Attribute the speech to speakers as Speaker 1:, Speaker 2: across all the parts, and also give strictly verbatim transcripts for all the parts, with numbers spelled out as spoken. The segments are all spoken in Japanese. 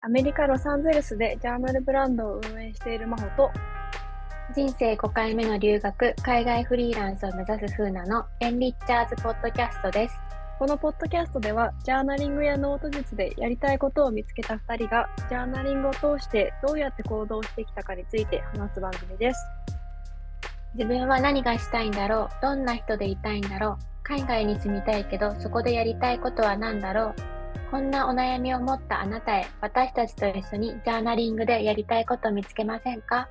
Speaker 1: アメリカ・ロサンゼルスでジャーナルブランドを運営している真帆と、
Speaker 2: 人生ごかいめの留学、海外フリーランスを目指す風なのエンリッチャーズポッドキャストです。
Speaker 1: このポッドキャストでは、ジャーナリングやノート術でやりたいことを見つけたふたりが、ジャーナリングを通してどうやって行動してきたかについて話す番組です。
Speaker 2: 自分は何がしたいんだろう、どんな人でいたいんだろう、海外に住みたいけどそこでやりたいことは何だろう、こんなお悩みを持ったあなたへ、私たちと一緒にジャーナリングでやりたいことを見つけませんか？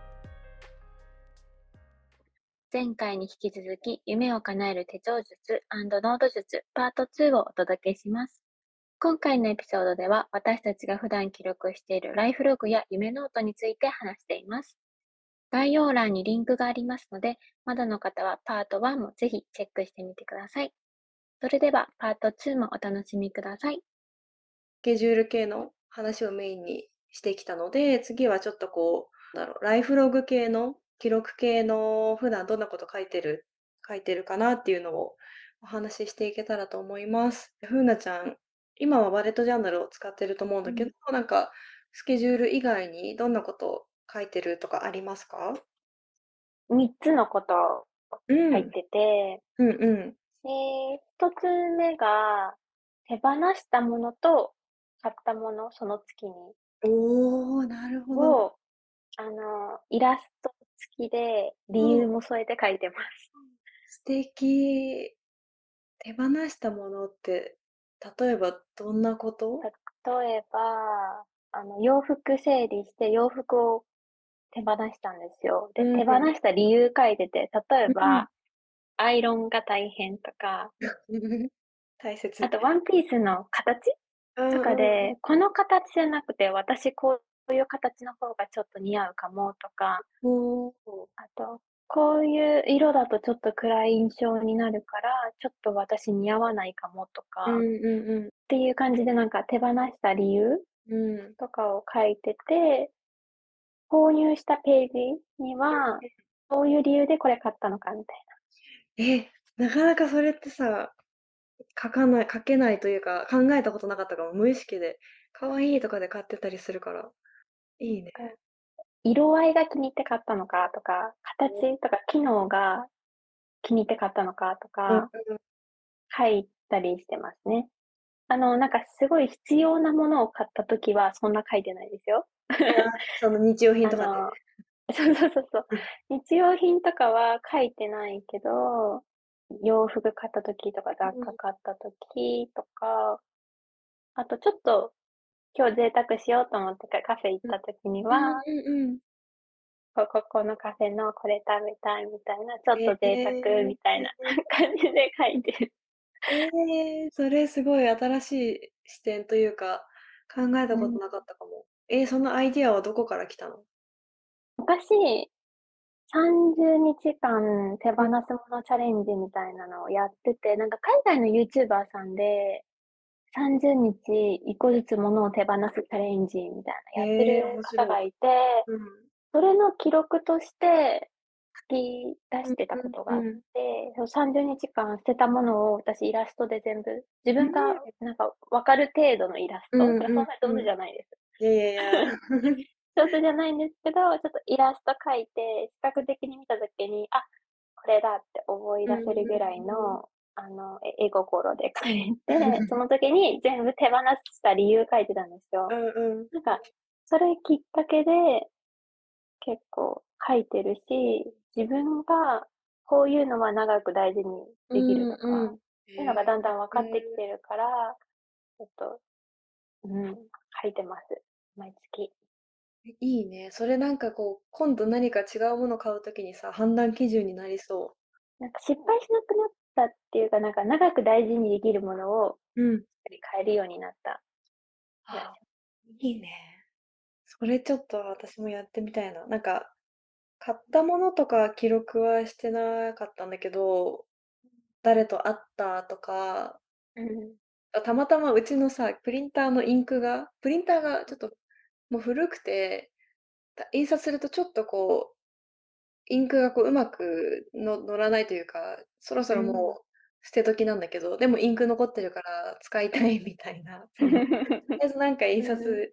Speaker 2: 前回に引き続き、夢を叶える手帳術&ノート術パートツーをお届けします。今回のエピソードでは、私たちが普段記録しているライフログや夢ノートについて話しています。概要欄にリンクがありますので、まだの方はパートワンもぜひチェックしてみてください。それではパートツーもお楽しみください。
Speaker 3: スケジュール系の話をメインにしてきたので、次はちょっとこう、なんだろう、ライフログ系の、記録系の普段どんなこと書いてる書いてるかなっていうのをお話ししていけたらと思います。ふうなちゃん、今はバレットジャーナルを使ってると思うんだけど、なんかスケジュール以外にどんなことを書いてるとかありますか？
Speaker 2: みっつのことを
Speaker 3: うん。
Speaker 2: 書いてて、
Speaker 3: うんうん。
Speaker 2: で、ひとつめが手放したものと買ったもの、その月に、
Speaker 3: おお、なるほど。
Speaker 2: を、あの、イラスト付きで理
Speaker 3: お、
Speaker 2: 由も添えて書いてます。
Speaker 3: 素敵。手放したものって、例えばどんなこと？
Speaker 2: 例えば、あの、洋服整理して洋服を手放したんですよ。で、手放
Speaker 3: うん。
Speaker 2: した理由書いてて、例え
Speaker 3: うん。
Speaker 2: ば、アイロンが大変とか、
Speaker 3: 大切。
Speaker 2: あとワンピースの形と
Speaker 3: うんうんうん。
Speaker 2: かで、この形じゃなくて、私こういう形の方がちょっと似合うかもとか、
Speaker 3: おお。
Speaker 2: あと、こういう色だとちょっと暗い印象になるから、ちょっと私似合わないかもとか、っ
Speaker 3: うんうんうん。
Speaker 2: ていう感じでなんか手放した理由
Speaker 3: うん。
Speaker 2: とかを書いてて、購入したページには、そういう理由でこれ買ったのかみたい
Speaker 3: え、なかなかそれってさ、書かない書けないというか、考えたことなかったかも。無意識で、可愛いとかで買ってたりするから、いいね。
Speaker 2: な。色合いが気に入って買ったのかとか、
Speaker 3: お、
Speaker 2: 形とか機能が気に入って買ったのかと
Speaker 3: うん
Speaker 2: か、
Speaker 3: うん。
Speaker 2: 書いたりしてますね。あの、なんかすごい必要なものを買ったときはそんな書いてないですよ。
Speaker 3: ああ、その日用品とかね。
Speaker 2: あの、そうそうそうそう。
Speaker 3: うん。
Speaker 2: 日用品とかは書いてないけど、洋服買った時とか雑貨買った時とか、あとちょっと今日贅沢しようと思ってカフェ行っ
Speaker 3: うん。
Speaker 2: た時に
Speaker 3: うん
Speaker 2: は、
Speaker 3: うんうん。
Speaker 2: こここのカフェのこれ食べたいみたいな、ちょっ
Speaker 3: え
Speaker 2: と贅沢
Speaker 3: え。
Speaker 2: みたいな感じで書いてる。
Speaker 3: ええ、それすごい新しい視点というか、考えた
Speaker 2: うん。
Speaker 3: ことなかったかも。え、そのアイディアはどこから来たの？
Speaker 2: 昔、さんじゅうにちかん手放
Speaker 3: うん。
Speaker 2: すものチャレンジみたいなのをやってて、なんか海外のユーチューバーさんで、さんじゅうにちいっこずつ物を手放すチャレンジみたいなやって
Speaker 3: へえ、
Speaker 2: る
Speaker 3: 面白い。
Speaker 2: 方がいて、
Speaker 3: うん。
Speaker 2: それの記録として書き出
Speaker 3: うん
Speaker 2: してたことがあっ
Speaker 3: うんうん。
Speaker 2: て、そのさんじゅうにちかん捨てたものを私イラストで全部、自分が
Speaker 3: ね。
Speaker 2: なんか分かる程度のイラスト、
Speaker 3: うん
Speaker 2: そんな上手
Speaker 3: うんうん。
Speaker 2: じゃないです。
Speaker 3: いやいやいや。
Speaker 2: 上手じゃないんですけど、ちょっとイラスト描いて、視覚的に見た時に、あ、これだって思い
Speaker 3: うん
Speaker 2: 出せるぐらい
Speaker 3: うんうん。
Speaker 2: の、あの、え絵心で描いて、その時に全部手放した理由書いてたんですよ。
Speaker 3: うんうん。
Speaker 2: なんか、それきっかけで結構書いてるし、自分がこういうのは長く大事に
Speaker 3: う
Speaker 2: できる
Speaker 3: ん
Speaker 2: とか、
Speaker 3: うん。
Speaker 2: そういうのが
Speaker 3: へ
Speaker 2: だんだん分かってき
Speaker 3: え。
Speaker 2: てるから、ちょっと、うん、書いてます。毎月。
Speaker 3: いいね。それなんかこう、今度何か違うもの買うときにさ、判断基準になりそ
Speaker 2: なんか失敗しなくなったっていうか、なんか長く大事にできるものを
Speaker 3: う。うん。
Speaker 2: 変えるようになった気がし
Speaker 3: あ、いいね。それちょっと私もやってみたいな。なんか、買ったものとか記録はしてなかったんだけど、誰と会ったとか、
Speaker 2: うん。
Speaker 3: あ、たまたまうちのさ、プリンターのインクがプリンターがちょっともう古くて、た印刷するとちょっとこう、インクがこううまくの乗らないというか、そろそろも
Speaker 2: うん。
Speaker 3: う捨て時なんだけど、でもインク残ってるから使いたいみたいな、その、とりあえずなんか印
Speaker 2: うん。
Speaker 3: 刷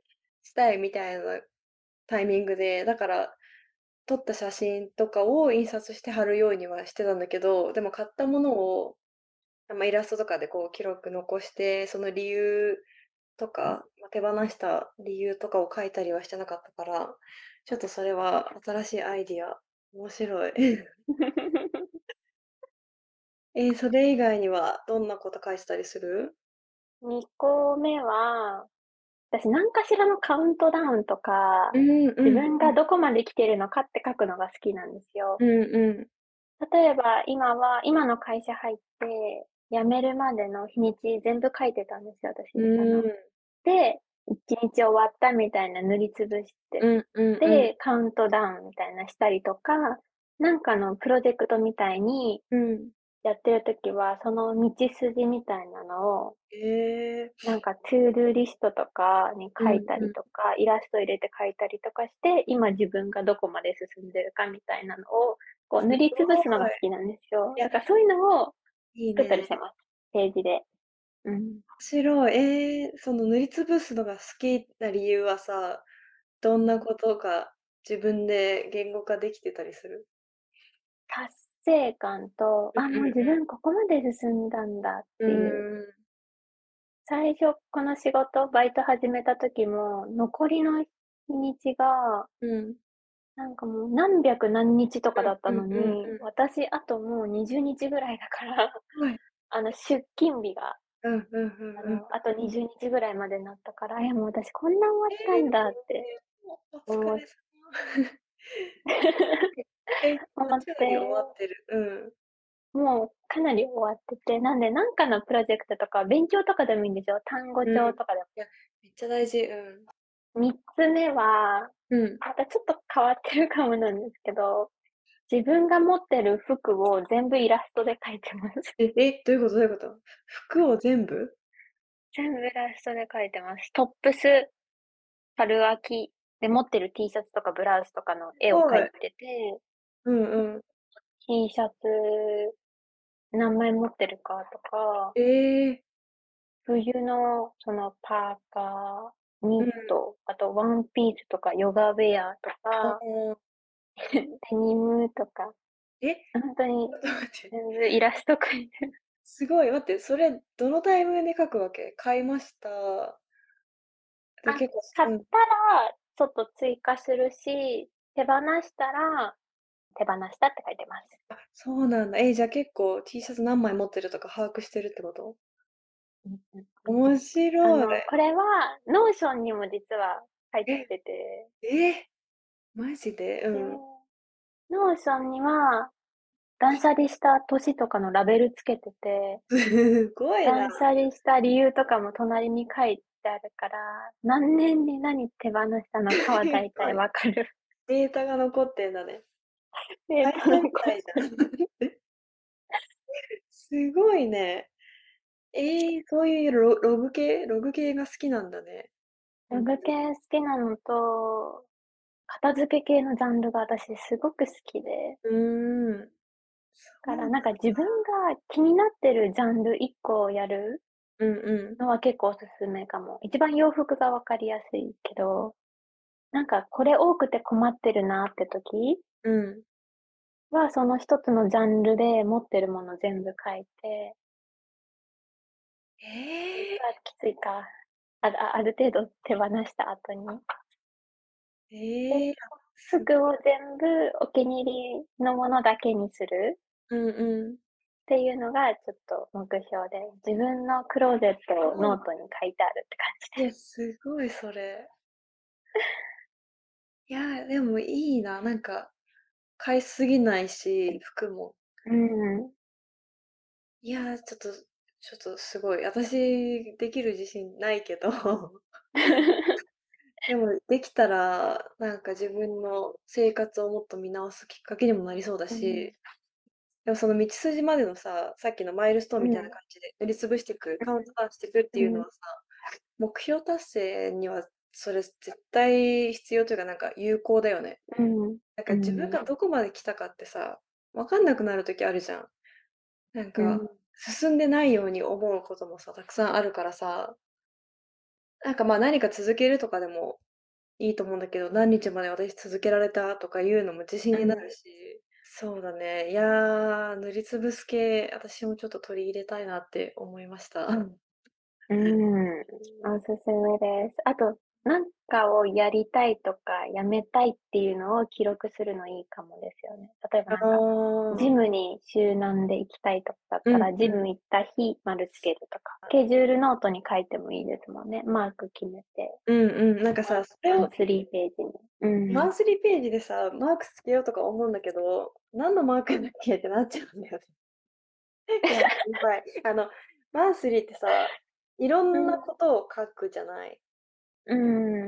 Speaker 3: したいみたいなタイミングで、だから撮った写真とかを印刷して貼るようにはしてたんだけど、でも買ったものを、まあ、イラストとかでこう記録残して、その理由とか、まあ、手放した理由とかを書いたりはしてなかったから、ちょっとそれは新しいアイディア、面白い。えーそれ以外にはどんなこと書いてたりする？
Speaker 2: にこめは、私何かしらのカウントダウンとか、
Speaker 3: うんうん。
Speaker 2: 自分がどこまで来てるのかって書くのが好きなんですよ。
Speaker 3: うんうん。
Speaker 2: 例えば今は、今の会社入って、辞めるまでの日にち全部書いてたんですよ、私。
Speaker 3: う
Speaker 2: あの、
Speaker 3: ーん。
Speaker 2: で、いちにち終わったみたいな塗りつぶして
Speaker 3: うんうんうん。
Speaker 2: で、カウントダウンみたいなしたりとか、なんかのプロジェクトみたいに
Speaker 3: うん。
Speaker 2: やってるときは、その道筋みたいなのを、
Speaker 3: ええ。
Speaker 2: なんかトゥードゥーリストとかに
Speaker 3: うん
Speaker 2: 書いた
Speaker 3: うん。
Speaker 2: りとか、イラスト入れて書いたりとかして、今自分がどこまで進んでるかみたいなのを、こう
Speaker 3: す
Speaker 2: 塗りつぶすの
Speaker 3: ごい。
Speaker 2: が好きなんですよ。
Speaker 3: いや、
Speaker 2: だからそういうのを作ったり
Speaker 3: いいね。
Speaker 2: してます。ページで。うん。
Speaker 3: 白い。ええ、その塗りつぶすのが好きな理由はさ、どんなことが自分で言語化できてたりする？
Speaker 2: 達成感と、
Speaker 3: うん
Speaker 2: あ、もう
Speaker 3: うん
Speaker 2: 自分ここまで進んだんだっ
Speaker 3: うん。
Speaker 2: ていう。
Speaker 3: うーん。
Speaker 2: 最初この仕事、バイト始めた時も、残りの日にちが、
Speaker 3: うん。
Speaker 2: なんかもう何百何日とかだった
Speaker 3: うんうんうん
Speaker 2: のに、
Speaker 3: うん。
Speaker 2: 私あともうにじゅうにちぐらいだから
Speaker 3: はい。
Speaker 2: あの、出勤日が、
Speaker 3: うんうんうんうん。
Speaker 2: あの、あとにじゅうにちぐらいまでになったから、いやもう私こんな終わ
Speaker 3: え
Speaker 2: ったんだっ
Speaker 3: え、
Speaker 2: て
Speaker 3: おお疲
Speaker 2: 思っ
Speaker 3: れ様。え、
Speaker 2: 思っ
Speaker 3: はち割終わっ
Speaker 2: て、
Speaker 3: てる。うん。
Speaker 2: もうかなり終わってて、なんでなんかのプロジェクトとか勉強とかでもいいんですよ。単語
Speaker 3: うん。い
Speaker 2: 帳とかでも。
Speaker 3: や、めっちゃ大事。うん。
Speaker 2: みっつめは、
Speaker 3: うん。
Speaker 2: またちょっと変わってるかもなんですけど、自分が持ってる服を全部イラストで描いてます。
Speaker 3: え、え、どういうことどういうこと？服を全部？
Speaker 2: 全部イラストで描いてます。トップス、春秋で持ってる T シャツとかブラウスとかの絵を描い
Speaker 3: はい。
Speaker 2: てて、
Speaker 3: うんうん。
Speaker 2: T シャツ何枚持ってるかとか、
Speaker 3: ええ。
Speaker 2: 冬のそのパーカー、ニッ
Speaker 3: うん。
Speaker 2: ト、あとワンピースとかヨガウェアと
Speaker 3: あ
Speaker 2: か、
Speaker 3: あ。
Speaker 2: デニムとか、
Speaker 3: え、
Speaker 2: 本当に
Speaker 3: ちょっと待って。
Speaker 2: 全部イラスト描いてる。
Speaker 3: すごい、待って、それどのタイミングで書くわけ？買いました。で、
Speaker 2: あ、
Speaker 3: 結構
Speaker 2: 買っ
Speaker 3: うん。
Speaker 2: たらちょっと追加するし、手放したら手放したって書いてます。
Speaker 3: あ、そうなんだ。え、じゃあ結構 T シャツ何枚持ってるとか把握してるってこと？
Speaker 2: うんうんうん。
Speaker 3: 面白い。
Speaker 2: あの、これはノーションにも実は書い
Speaker 3: え、
Speaker 2: てて、
Speaker 3: え、マジで？う
Speaker 2: で、
Speaker 3: ん。
Speaker 2: ノーションには断捨離した年とかのラベルつけてて、
Speaker 3: すごいな。
Speaker 2: 断捨離した理由とかも隣に書いてあるから、何年に何手放したのかは大体
Speaker 3: すごい。
Speaker 2: わかる。
Speaker 3: データが残ってんだね。
Speaker 2: データ
Speaker 3: 会社み
Speaker 2: 残
Speaker 3: たいじゃん。
Speaker 2: ってる。
Speaker 3: すごいね。ええ、そういうロログ系ログ系が好きなんだね。ほんとに。
Speaker 2: ログ系好きなのと、片付け系のジャンルが私すごく好きで、
Speaker 3: うーん。そうなん
Speaker 2: からなんか自分が気になってるジャンルいっこをやる
Speaker 3: うんうん。
Speaker 2: のは結構おすすめかも。一番洋服がわかりやすいけど、なんかこれ多くて困ってるなって時
Speaker 3: うん。
Speaker 2: は、その一つのジャンルで持ってるもの全部書いて、実
Speaker 3: ええ、
Speaker 2: はきついか、ああある程度手放した後に。で、
Speaker 3: ええ、あ、す
Speaker 2: 服を全部お気に入りのものだけにする
Speaker 3: うんうん。
Speaker 2: っていうのがちょっと目標で、自分のクローゼットをノートに書いてあるって感じ
Speaker 3: いや、
Speaker 2: です。
Speaker 3: すごいそれ。いや、でもいいな、なんか、買いすぎないし、服も。
Speaker 2: うん。
Speaker 3: いや、ちょっとちょっとすごい、私できる自信ないけど、でもできたら、なんか自分の生活をもっと見直すきっかけにもなりそうだ
Speaker 2: うん。
Speaker 3: し、でもその道筋までのさ、さっきのマイルストーンみたいな
Speaker 2: うん。
Speaker 3: 感じで塗りつぶしていく、カウントダウンしていくっていう
Speaker 2: うん。
Speaker 3: のはさ、目標達成にはそれ絶対必要というか、なんか有効だよね。
Speaker 2: うん。
Speaker 3: なんか自分
Speaker 2: うん。
Speaker 3: がどこまで来たかってさ、分かんなくなる時あるじゃん。なんか、
Speaker 2: うん。
Speaker 3: 進んでないように思うこともさ、たくさんあるからさ、なんか、ま、何か続けるとかでもいいと思うんだけど、何日まで私続けられたとかいうのも自信
Speaker 2: うん。
Speaker 3: になるし、そうだね。いや、塗りつぶす系、私もちょっと取り入れたいなって思いました。
Speaker 2: うーん、おすすめです。あと、なんかをやりたいとか、やめたいっていうのを記録するのいいかもですよね。例えば
Speaker 3: あ
Speaker 2: なんか、ジ
Speaker 3: あ、
Speaker 2: ムに週何で行きたいとかだっ
Speaker 3: うん
Speaker 2: たら、ジ
Speaker 3: うん。
Speaker 2: ム行った日丸つけるとか、スケジュールノートに書いてもいいですもんね。マーク決めて、
Speaker 3: うんうん。なんかさ、それを
Speaker 2: マンスリーページに。うん。
Speaker 3: マンスリーページでさ、マークつけようとか思うんだけど、何のマークだっけってなっちゃうんだよね。いや、やばい。あの、マンスリーってさ、いろんな
Speaker 2: うん。
Speaker 3: ことを書くじゃない。
Speaker 2: うん。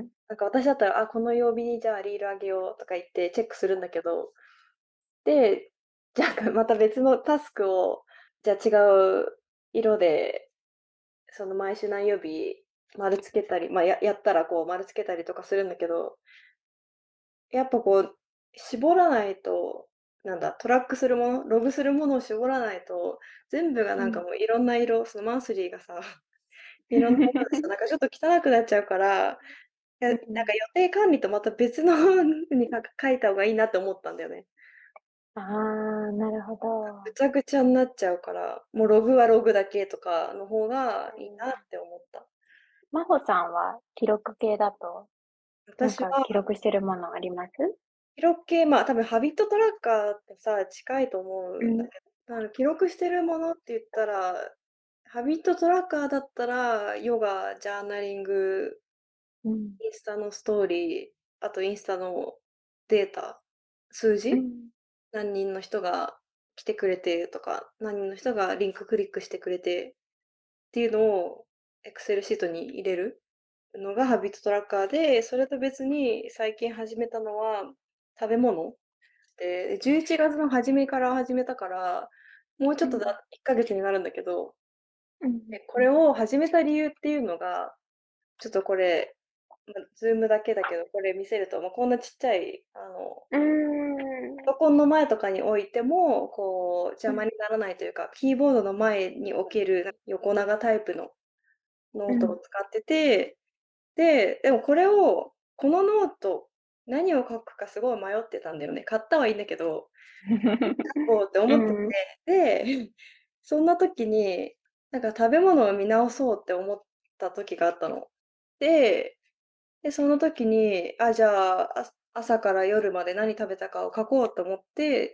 Speaker 3: なんか私だったら、あ、この曜日にじゃあリールあげようとか言ってチェックするんだけど、で、じゃあまた別のタスクを、じゃあ違う色で、その毎週何曜日丸つけたり、まあ、ややったらこう丸つけたりとかするんだけど、やっぱこう、絞らないと、なんだ、トラックするもの、ログするものを絞らないと、全部がなんか
Speaker 2: うん。
Speaker 3: もういろんな色、そのマンスリーがさ、いろんな色でさ、なんかちょっと汚くなっちゃうから、いや、なんか
Speaker 2: うん。
Speaker 3: 予定管理とまた別のにか書いた方がいいなって思ったんだよね。
Speaker 2: ああ、なるほど。
Speaker 3: ぐちゃぐちゃになっちゃうから、もうログはログだけとかの方がいいな
Speaker 2: うん。
Speaker 3: って思った。
Speaker 2: 真帆さんは記録系だと、なんか
Speaker 3: 私は
Speaker 2: 記録してるものあります？
Speaker 3: 記録系、まあ、多分ハビットトラッカーってさ、近いと思う
Speaker 2: うん。
Speaker 3: んだけど、あの、記録してるものって言ったら、ハビットトラッカーだったら、ヨガ、ジャーナリング、
Speaker 2: うん。
Speaker 3: インスタのストーリー、あとインスタのデータ、数字、
Speaker 2: うん。
Speaker 3: 何人の人が来てくれてとか、何人の人がリンククリックしてくれてっていうのを Excel シートに入れるのがハビットトラッカーで、それと別に最近始めたのは食べ物で、じゅういちがつの初めから始めたから、もうちょっとで、
Speaker 2: うん。
Speaker 3: あいっかげつになるんだけど、
Speaker 2: うん。
Speaker 3: で、これを始めた理由っていうのが、ちょっとこれ、ま、Zoom だけだけど、これ見せると、ま、こんなちっちゃい、あの、
Speaker 2: うーん。
Speaker 3: パソコンの前とかに置いても、こう邪
Speaker 2: うん。
Speaker 3: 魔にならないというか、キーボードの前に置ける横長タイプのノートを
Speaker 2: うん。
Speaker 3: 使ってて、で、でもこれを、このノート、何を書くかすごい迷ってたんだよね。買ったはいいんだけど、書こうって思って
Speaker 2: うん。
Speaker 3: て、で、そんな時に、なんか食べ物を見直そうって思った時があったの。で、で、その時に、あ、じゃあ、あ朝から夜まで何食べたかを書こうと思って、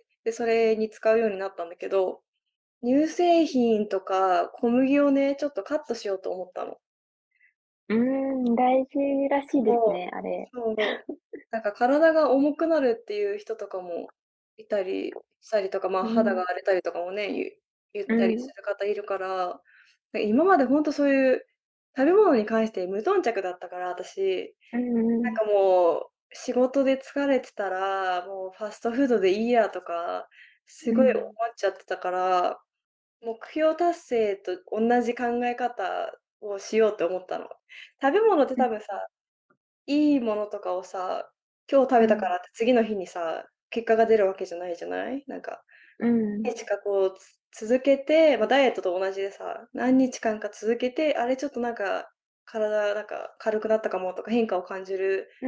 Speaker 3: で、それに使うようになったんだけど、乳製品とか小麦をね、ちょっとカットしようと思ったの。
Speaker 2: うーん、大事らしいです
Speaker 3: そう、
Speaker 2: ね、あれ。
Speaker 3: そう。なんか体が重くなるっていう人とかもいたりしたりとか、まあ、
Speaker 2: うん。
Speaker 3: 肌が荒れたりとかもね、ゆ言ったり
Speaker 2: うん。
Speaker 3: する方いるから、なん今までほんとそういう食べ物に関して無頓着だったから、私。
Speaker 2: うんうん。
Speaker 3: なんかもう、仕事で疲れてたら、もうファストフードでいいやとか、すごい思っ
Speaker 2: うん。
Speaker 3: ちゃってたから、目標達成とおんなじ考え方をしようって思ったの。食べ物って
Speaker 2: うん。
Speaker 3: 多分さ、いいものとかをさ、今日食
Speaker 2: うん。
Speaker 3: べたからって次の日にさ、結果が出るわけじゃないじゃない？なんか、
Speaker 2: うん。
Speaker 3: 何日かこう、つ続けて、ま、ダイエットと同じでさ、何日間か続けて、あれちょっとなんか、体なんか軽くなったかもとか変化を感じる
Speaker 2: うん。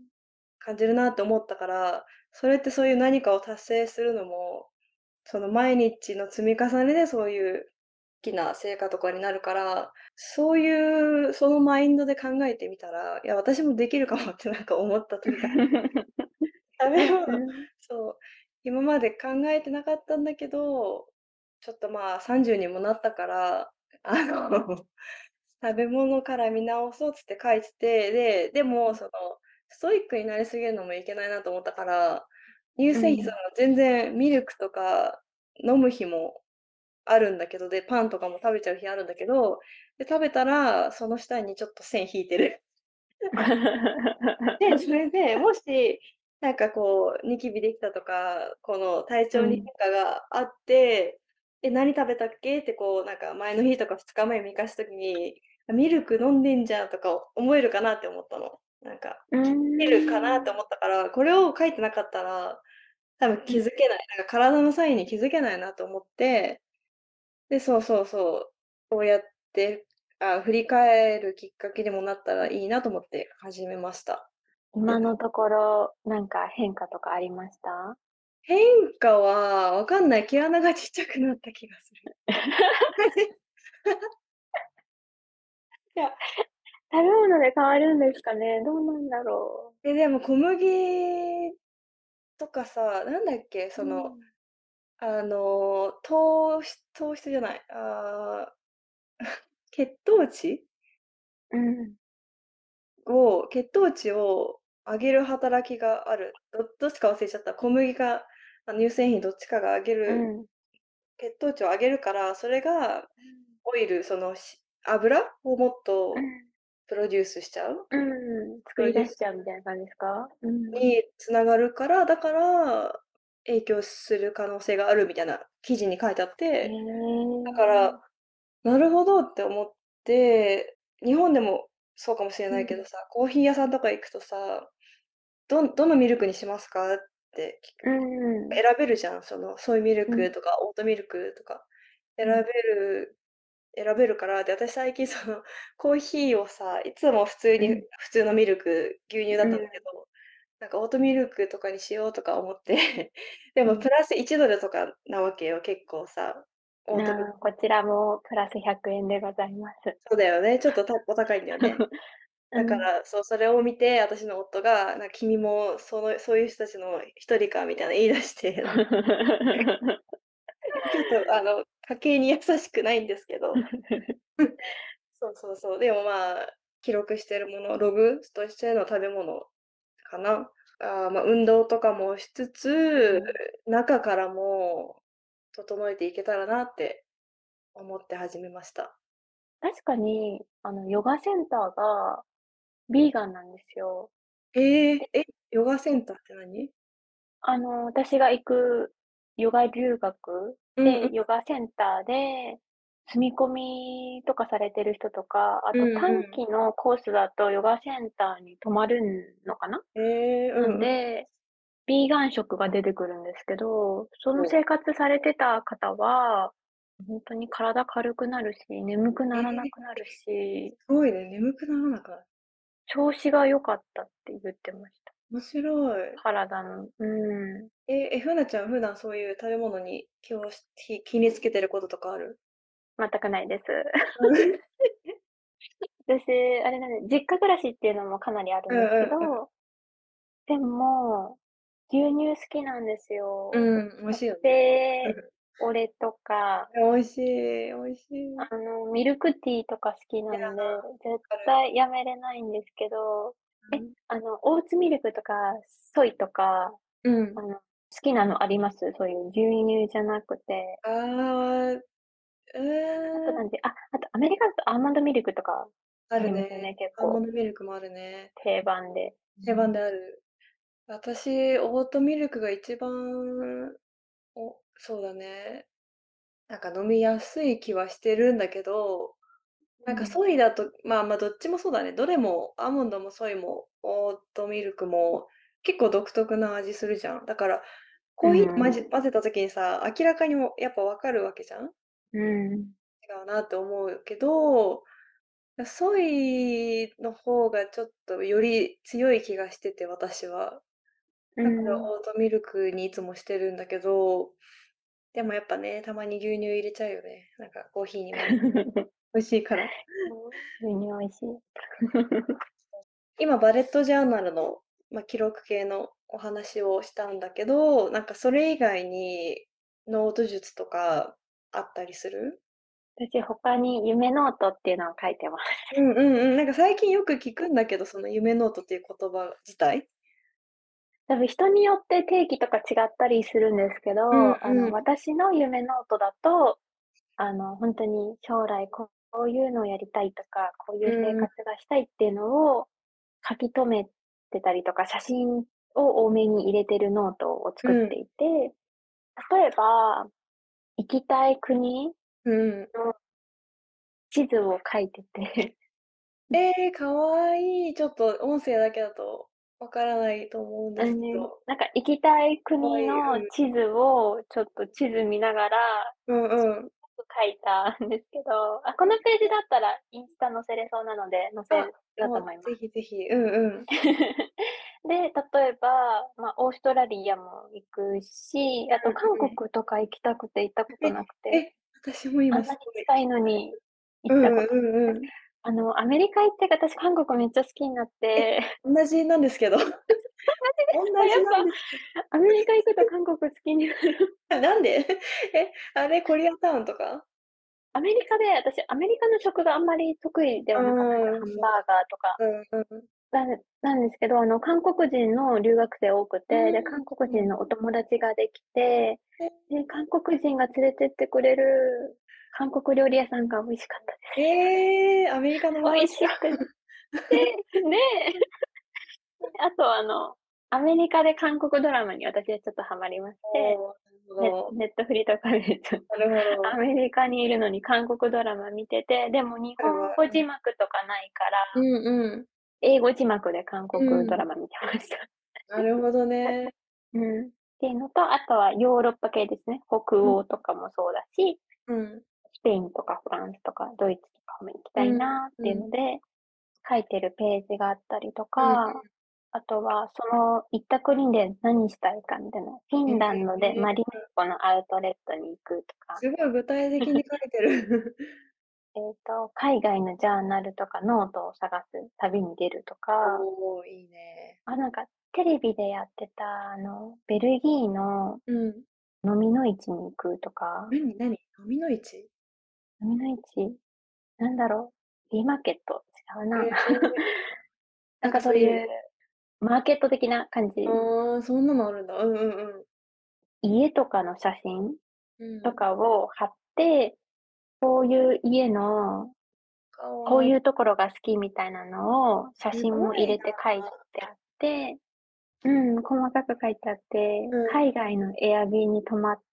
Speaker 3: 感じるなって思ったから、それってそういう何かを達成するのも、その毎日の積み重ねでそういう大きな成果とかになるから、そういうそのマインドで考えてみたら、いや、私もできるかもってなんか思った時が食べ物、
Speaker 2: うん。
Speaker 3: そう、今まで考えてなかったんだけど、ちょっと、まあ、さんじゅうにもなったから、あの、食べ物から見直そうっつって書いてて、で、でも、その、ストイックになりすぎるのもいけないなと思ったから、乳製品、その、
Speaker 2: うん。
Speaker 3: 全然ミルクとか飲む日もあるんだけど、で、パンとかも食べちゃう日あるんだけど、で、食べたら、その下にちょっと線引いてる。で、それで、もし、なんかこう、ニキビできたとか、この体調に
Speaker 2: うん。
Speaker 3: 変化があって、「え、何食べたっけ？」ってこう、なんか前の日とかふつかまえ見返す時に、あ、ミルク飲んでんじゃんとか思えるかなって思ったの。なんか、
Speaker 2: うー
Speaker 3: 気づけるかなって
Speaker 2: ん。
Speaker 3: 思ったから、これを書いてなかったら、多分
Speaker 2: うん。
Speaker 3: 気づけない、なんか体のサインに気づけないなと思って、で、そうそうそう、こうやって、あ、振り返るきっかけにもなったらいいなと思って始めました。
Speaker 2: 今のところ、なんか変化とかありました？
Speaker 3: 変化はわかんない、毛穴がちっちゃくなった気がする。いや、
Speaker 2: 食べ物で変わるんですかね？どうなんだろ
Speaker 3: え、でも小麦とかさ、なんだっけ、
Speaker 2: う。う
Speaker 3: その、
Speaker 2: ん。
Speaker 3: あの、糖質糖質じゃない、ああ、血糖値
Speaker 2: うん。
Speaker 3: を血糖値を上げる働きがある。どどっちか忘れちゃった。小麦か、あ、乳製品どっちかが上げる
Speaker 2: うん。
Speaker 3: 血糖値を上げるから、それがオイル、その、し油をもっと
Speaker 2: うん。
Speaker 3: プロデュースしちゃう、
Speaker 2: うん。作り出し
Speaker 3: プロデュース
Speaker 2: ちゃうみたいな感じですか？うん。
Speaker 3: に繋がるから、だから、影響する可能性があるみたいな記事に書いてあっ
Speaker 2: へ
Speaker 3: て、だか
Speaker 2: え。
Speaker 3: ら、なるほどって思って、日本でもそうかもしれ
Speaker 2: うん。
Speaker 3: ないけどさ、コーヒー屋さんとか行くとさ、どんどのミルクにしますかって聞く
Speaker 2: うん。
Speaker 3: 選べるじゃん、その、ソイミル
Speaker 2: うん。
Speaker 3: クとかオートミルクとか選
Speaker 2: うん。
Speaker 3: べる選べるから、で、私最近そのコーヒーをさ、いつも普通に
Speaker 2: うん。
Speaker 3: 普通のミルク、牛乳だったんだけ
Speaker 2: うん。
Speaker 3: ど、なんかオートミルクとかにしようとか思って、で
Speaker 2: うん。
Speaker 3: もプラスいちドルとかなわけよ、結構さ、オートミルク
Speaker 2: ああ、こちらもプラスひゃくえんでございます。
Speaker 3: そうだよね、ちょっとたお高いんだよね。
Speaker 2: うん。
Speaker 3: だから、そう、それを見て、私の夫が、なんか君もそのそういう人たちの一人かみたいな言い出して、なんかちょっとあの、家計に優しくないんですけど、そうそうそう、でもまあ、記録してるもの、ログとしての食べ物かな。ああ、ま、運動とかもしつつ、
Speaker 2: うん。
Speaker 3: 中からも整えていけたらなって思って始めました。
Speaker 2: 確かに、あの、ヨガセンターがビーガンなんですよ。
Speaker 3: ええ、
Speaker 2: で、
Speaker 3: え、ヨガセンターって何？
Speaker 2: あの、私が行くヨガ留学で、
Speaker 3: うんうん、
Speaker 2: ヨガセンターで住み込みとかされてる人とか、あ
Speaker 3: う
Speaker 2: と
Speaker 3: んうん。
Speaker 2: 短期のコースだとヨガセンターに泊まるのかな？
Speaker 3: ええ、う
Speaker 2: なん
Speaker 3: んうん。
Speaker 2: で、ビーガン食が出てくるんですけど、その
Speaker 3: そう。
Speaker 2: 生活されてた方は、ほんとに体軽くなるし、眠くならな
Speaker 3: ええ、
Speaker 2: くなるし、
Speaker 3: すごいね、眠くならなくなる。
Speaker 2: 調子が良かったって言ってました。
Speaker 3: 面白い。
Speaker 2: 体のうん、
Speaker 3: え、え、ふなちゃん普段そういう食べ物に気をしき気につけてることとかある？
Speaker 2: 全くないです。
Speaker 3: うん。
Speaker 2: 私、あれなんで、実家暮らしっていうのもかなりある
Speaker 3: うん
Speaker 2: んですけ
Speaker 3: うん
Speaker 2: ど、でも、牛乳好きなんですよ。
Speaker 3: うん。うん、美味
Speaker 2: カフ
Speaker 3: しいよね。
Speaker 2: ェオレとか、
Speaker 3: うん。美味しい、美味しい。
Speaker 2: あの、ミルクティーとか好き
Speaker 3: いや、
Speaker 2: なんで、絶
Speaker 3: わかる。
Speaker 2: 対やめれないんですけど、え、
Speaker 3: うん。
Speaker 2: あの、オーツミルクとかソイとか、
Speaker 3: うん。
Speaker 2: あの、好きなのあります？そういう牛乳じゃなくて。
Speaker 3: ああ、うーん、
Speaker 2: あとなんで、あ、あとアメリカだとアーモンドミルクとか
Speaker 3: あるね。
Speaker 2: ありますよね、結構
Speaker 3: アーモンドミルクもあるね。
Speaker 2: 定番で。
Speaker 3: 定番である。私、オートミルクが一番、おそうだね、なんか飲みやすい気はしてるんだけど、なんか
Speaker 2: うん。
Speaker 3: ソイだと、まあま、どっちもそうだね。どれもアーモンドもソイもオートミルクも結構独特な味するじゃん。だから、
Speaker 2: う
Speaker 3: コーヒーとま
Speaker 2: ん。
Speaker 3: じ混ぜた時にさ、明らかにもやっぱ分かるわけじゃん。
Speaker 2: うん。
Speaker 3: 違うなって思うけど、ソイの方がちょっとより強い気がしてて、私は。
Speaker 2: う
Speaker 3: だから
Speaker 2: ん。
Speaker 3: オートミルクにいつもしてるんだけど、でもやっぱね、たまに牛乳入れちゃうよね。なんかコーヒーに混ぜ美味しいから。
Speaker 2: 牛乳美味しい。
Speaker 3: 今バレットジャーナルの、ま、記録系のお話をしたんだけど、なんかそれ以外にノート術とかあったりする？
Speaker 2: 私、他に夢ノートっていうのを書いてます。
Speaker 3: うんうんうん。なんか最近よく聞くんだけど、その夢ノートっていう言葉自体。
Speaker 2: 多分人によって定義とか違ったりするんですけ
Speaker 3: うん
Speaker 2: ど、あの、
Speaker 3: うん。
Speaker 2: 私の夢ノートだと、あの、ほんとに将来こういうのをやりたいとか、こういう生
Speaker 3: うん
Speaker 2: 活がしたいっていうのを書き留めてたりとか、写真を多めに入れてるノートを
Speaker 3: うん。
Speaker 2: 作っていて、例えば、行きたい国の
Speaker 3: うん。
Speaker 2: 地図を書いてて、
Speaker 3: ええ、かわいい。ちょっと音声だけだとわからないと思うんですけ
Speaker 2: あの、
Speaker 3: ど、
Speaker 2: なんか行きたい国
Speaker 3: かわいい。うん。
Speaker 2: の地図をちょっと地図見ながら、
Speaker 3: うんうん。
Speaker 2: 書いたんですけど、あ、このページだったらインスタ載せれそうなので、載
Speaker 3: あ、
Speaker 2: せようと
Speaker 3: もうぜ
Speaker 2: 思います。
Speaker 3: ひぜひ。うんうん。
Speaker 2: えば、まあ、オーストラリアも行くし、あと韓
Speaker 3: うんうん。
Speaker 2: 国とか行きたくて行ったことなく
Speaker 3: え、
Speaker 2: て、
Speaker 3: え、私も今
Speaker 2: あんな
Speaker 3: すごい。
Speaker 2: に近いのに行った
Speaker 3: うん
Speaker 2: ことないです。
Speaker 3: うんうん。
Speaker 2: あの、アメリカ行って私韓国めっちゃ好きになっ
Speaker 3: え、
Speaker 2: て、
Speaker 3: 同じなんですけど。同
Speaker 2: あ、やっ
Speaker 3: じなんですけど。
Speaker 2: ぱアメリカ行くと韓国好きになる。
Speaker 3: なんで？え、あれ、コリアンタウンとか？
Speaker 2: アメリカで、私アメリカの食があんまり得意で
Speaker 3: う
Speaker 2: はなかったから、
Speaker 3: ーん、
Speaker 2: ハン
Speaker 3: そう
Speaker 2: バーガーとか。
Speaker 3: うんうん。
Speaker 2: なんなんですけど、あの、韓国人の留学生多く
Speaker 3: う
Speaker 2: て、で、
Speaker 3: ーん、
Speaker 2: 韓国
Speaker 3: うん。
Speaker 2: 人のお友達ができて、
Speaker 3: え、
Speaker 2: で、韓国人が連れてってくれる韓国料理屋さんが美味しかったです。
Speaker 3: ええ、アメリカのま
Speaker 2: 美
Speaker 3: まじゃん。
Speaker 2: 味しくて、ねあとあの、アメリカで韓国ドラマに私はちょっとハマりまして、
Speaker 3: おお、なるほ
Speaker 2: ネ
Speaker 3: ど。
Speaker 2: ネットフリとかでちょっと
Speaker 3: なるほど。
Speaker 2: アメリカにいるのに韓国ドラマ見てて、でも日
Speaker 3: それは、
Speaker 2: 本語字幕とかないから、
Speaker 3: うんうん。
Speaker 2: 英語字幕で韓
Speaker 3: うん。
Speaker 2: 国ドラマ見てました。
Speaker 3: なるほどね。
Speaker 2: うん。っていうのと、あとはヨーロッパ系ですね。北
Speaker 3: うん、
Speaker 2: 欧とかもそうだし、
Speaker 3: うん。
Speaker 2: スペインとかフランスとかドイツとかも行きたい
Speaker 3: うん、
Speaker 2: なっていう
Speaker 3: うん。
Speaker 2: ので、書いてるページがあったりと
Speaker 3: うんうん。
Speaker 2: か、あとはその行った国で何したいかみたいな。フィ
Speaker 3: え
Speaker 2: ンランドで
Speaker 3: え、
Speaker 2: マリメッコのアウトレットに行くとか、
Speaker 3: すごい具体的に書いてる。
Speaker 2: えっと、海外のジャーナルとかノートを探す旅に出るとか、
Speaker 3: おお、いいね。
Speaker 2: あ、なんかテレビでやってた、あの、ベルギーの
Speaker 3: うん。
Speaker 2: 飲みの市に行くとか、
Speaker 3: なになに？飲みの市？
Speaker 2: 飲みの市、なんだろう、リーマーケット、違うな。
Speaker 3: ええ、
Speaker 2: なん
Speaker 3: なんかそういう、
Speaker 2: かそういうマーケット的な感じ。
Speaker 3: ああ、そんなのあるんだ。うんうんうん。
Speaker 2: 家とかの写真
Speaker 3: うん。
Speaker 2: とかを貼って、こういう家の、
Speaker 3: かわいい。
Speaker 2: こういうところが好きみたいなのを写
Speaker 3: す
Speaker 2: 真も入
Speaker 3: ごいな。
Speaker 2: れて書いてあって、うん、細かく書いてあって、
Speaker 3: うん、
Speaker 2: 海外のエアビーに泊まって、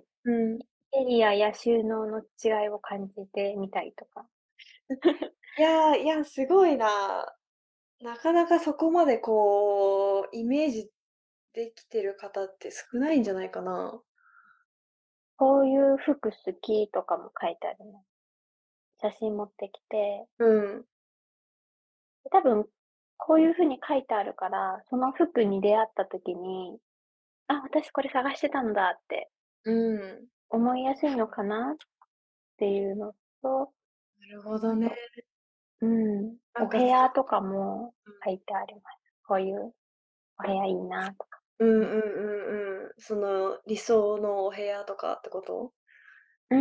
Speaker 3: うん。
Speaker 2: エリアや収納の違いを感じてみたりとか。
Speaker 3: いや、いや、すごいな。なかなかそこまでこう、イメージできてる方って少ないんじゃないかな。
Speaker 2: こういう服好きとかも書いてあるの。写真持ってきて、
Speaker 3: うん。
Speaker 2: 多分、こういう風に書いてあるから、その服に出会った時に、あ、私これ探してたんだって
Speaker 3: うん。
Speaker 2: 思いやすいのかなっていうのと、
Speaker 3: なるほどね。
Speaker 2: あと、うん、お部
Speaker 3: なんかさ、
Speaker 2: 屋とかも書いてあります。こういうお部屋いいなとか。
Speaker 3: うんうん
Speaker 2: うん。
Speaker 3: うんうん。その理想のお部屋とかってこと？
Speaker 2: うん。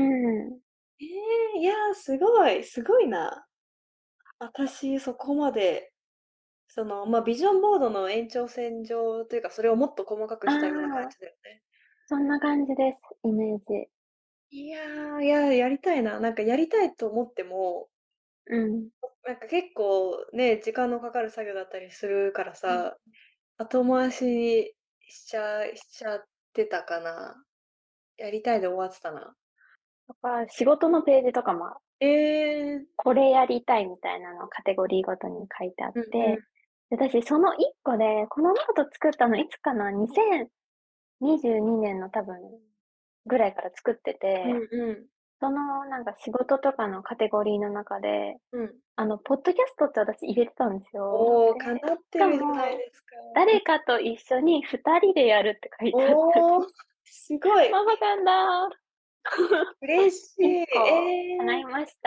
Speaker 3: ええ、いや、すごい、すごいな。私そこまで、その、ま、ビジョンボードの延長線上というか、それをもっと細かく
Speaker 2: あ
Speaker 3: したような感
Speaker 2: あ、
Speaker 3: じだよね。
Speaker 2: そんな感じです、イメージ。
Speaker 3: いや、いや、やりたいな。なんかやりたいと思っても、
Speaker 2: うん。
Speaker 3: なんか結構ね、時間のかかる作業だったりするから
Speaker 2: うん。
Speaker 3: さ、後回ししちゃしちゃってたかな。やりたいで終わってたな。
Speaker 2: とか、仕事のページとかも、
Speaker 3: ええ。
Speaker 2: これやりたいみたいなのをカテゴリーごとに書いてあっ
Speaker 3: うんうん。
Speaker 2: て、で私そのいっこで、このノート作ったのいつかな、にせんにじゅうにねんの多分ぐらいから作って
Speaker 3: う
Speaker 2: て、
Speaker 3: んうん。
Speaker 2: そのなんか仕事とかのカテゴリーの中で、
Speaker 3: うん。
Speaker 2: あの、ポッドキャストって私入れてたんですよ。
Speaker 3: おお、
Speaker 2: で、
Speaker 3: 叶っ
Speaker 2: しか
Speaker 3: てるじゃない
Speaker 2: も、
Speaker 3: ですか。
Speaker 2: 誰かと一緒にふたりでやるって書いてあったんです。
Speaker 3: おお、すごい。
Speaker 2: ママさんだ。
Speaker 3: 嬉し
Speaker 2: 1
Speaker 3: い。
Speaker 2: 個
Speaker 3: ええ、
Speaker 2: 叶いました。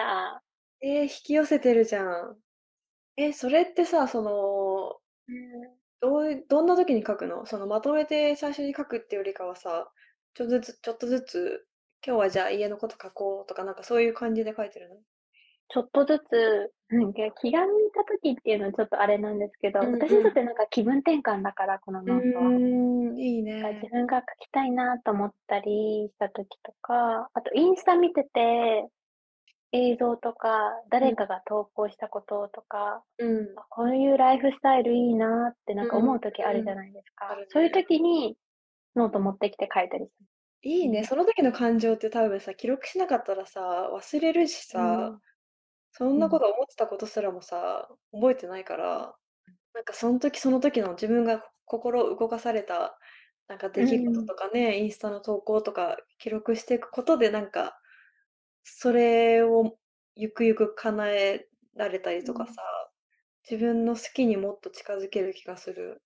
Speaker 3: ええ、引き寄せてるじゃん。え、それってさ、その、
Speaker 2: うん。
Speaker 3: どういどんな時に書くの？その、まとめて最初に書くってよりかはさ、ちょっとずつちょっとずつ、今日はじゃあ家のこと書こうとか、なんかそういう感じで書いてるの？
Speaker 2: ちょっとずつ、なんか気が向いた時っていうのはちょっとあれなんですけど、
Speaker 3: うん
Speaker 2: 私にとっ
Speaker 3: うん。
Speaker 2: てなんか気分転換だから、この
Speaker 3: う
Speaker 2: ノートは。
Speaker 3: ーん、いい
Speaker 2: なんか自
Speaker 3: ね。
Speaker 2: 分が書きたいなと思ったりした時とか、あとインスタ見てて、映像とか、
Speaker 3: うん、
Speaker 2: 誰かが投稿したこととか、
Speaker 3: うん、
Speaker 2: あ、こういうライフスタイルいいなってなんか
Speaker 3: うん、
Speaker 2: 思う時ある
Speaker 3: うん。
Speaker 2: じゃないですか。
Speaker 3: ある
Speaker 2: そういう
Speaker 3: ね。
Speaker 2: 時にノート持ってきて書いたりす
Speaker 3: いいね、
Speaker 2: る。
Speaker 3: その時の感情って多分さ、記録しなかったらさ、忘れるしさ、
Speaker 2: うん。
Speaker 3: そん
Speaker 2: うん。
Speaker 3: なこと思ってたことすらもさ、覚えてないから、なんかその時その時の自分が心動かされた、なんか出来事
Speaker 2: うん。
Speaker 3: とかね、インスタの投稿とか記録していくことで、なんか、それをゆくゆく叶えられたり
Speaker 2: うん。
Speaker 3: とかさ、自分の好きにもっと近づける気がする。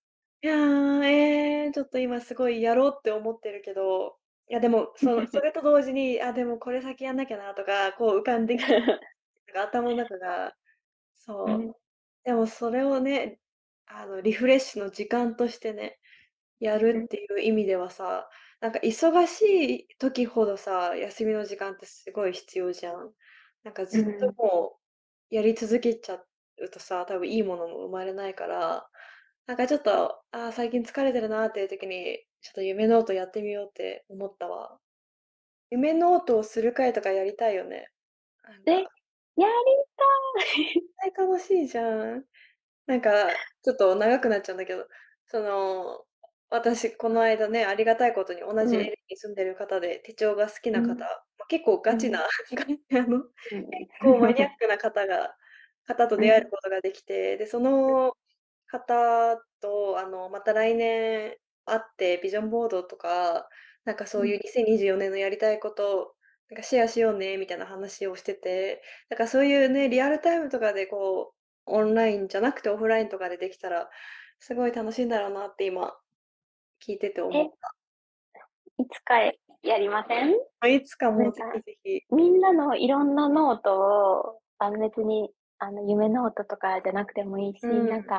Speaker 3: いやー、えー、ちょっと今すごいやろうって思ってるけど、いやでも、そのそれと同時に、あ、でもこれ先やんなきゃなとか、こう浮かんできちゃう、なんか頭の中が、そう。
Speaker 2: うん、
Speaker 3: でもそれをね、あの、リフレッシュの時間としてね、やる
Speaker 2: うん、
Speaker 3: っていう意味ではさ、なんか忙しい時ほどさ、休みの時間ってすごい必要じゃん。なんかずっと
Speaker 2: うん。
Speaker 3: もうやり続けちゃうとさ、多分いいものも生まれないから、なんかちょっと、あー最近疲れてるなっていう時に、ちょっと夢ノートやってみようって思ったわ。夢ノートをする会とかやりたいよね。なん
Speaker 2: え、や
Speaker 3: か、
Speaker 2: りたい。
Speaker 3: 絶対楽しいじゃん。なんか、ちょっと長くなっちゃうんだけど、その、私この間ね、ありがたいことに同じ
Speaker 2: うん、
Speaker 3: エルエー に住んでる方で、手帳が好きな方、
Speaker 2: うん、
Speaker 3: ま、結構ガチな、
Speaker 2: うん、
Speaker 3: あの、
Speaker 2: うん。
Speaker 3: 結構マニアックな方が方と
Speaker 2: うん、
Speaker 3: 出会えることができて、で、その方と、あの、また来年会ってビジョンボードとか、なんかそういうにせんにじゅうよねんのやりたいこと、なんかシェアしようねみたいな話をしてて、だからそういうね、リアルタイムとかでこうオンラインじゃなくてオフラインとかでできたら、すごい楽しいんだろうなって今聞いてて思
Speaker 2: え、
Speaker 3: った。
Speaker 2: いつかやりません？
Speaker 3: ま、いつかもうぜ
Speaker 2: なんか、
Speaker 3: ひぜひ。
Speaker 2: みんなのいろんなノートを、あの、別に、あの、夢ノートとかじゃなくてもいいし、
Speaker 3: うん、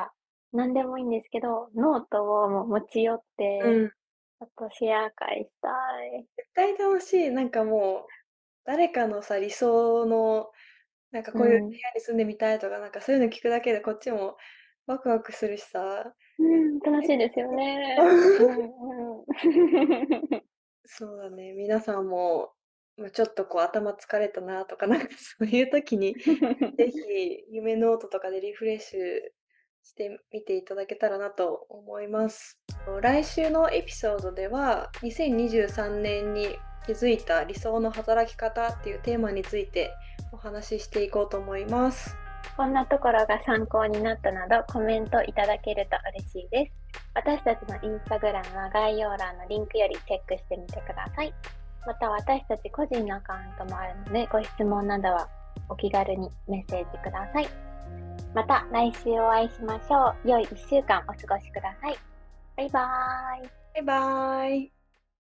Speaker 2: なんか、なんでもいいんですけど、ノートをもう持ち寄って、
Speaker 3: うん。
Speaker 2: あとシェア会したい。
Speaker 3: 絶対楽しい。なんかもう、誰かのさ、理想の、なんかこういう部
Speaker 2: うん。
Speaker 3: 屋に住んでみたいとか、なんかそういうの聞くだけでこっちもワクワクするしさ。
Speaker 2: うん、楽しいですよね。うんうん。
Speaker 3: そうだね、皆さんも、ま、ちょっとこう頭疲れたなとか、なんかそういう時に、ぜひ夢ノートとかでリフレッシュしてみていただけたらなと思います。来週のエピソードでは、にせんにじゅうさんねんに気づいた理想の働き方っていうテーマについてお話ししていこうと思います。
Speaker 2: こんなところが参考になったなどコメントいただけると嬉しいです。私たちのインスタグラムは概要欄のリンクよりチェックしてみてください。また私たち個人のアカウントもあるので、ご質問などはお気軽にメッセージください。また来週お会いしましょう。良いいっしゅうかんお過ごしください。バイバーイ。
Speaker 3: バイバーイ。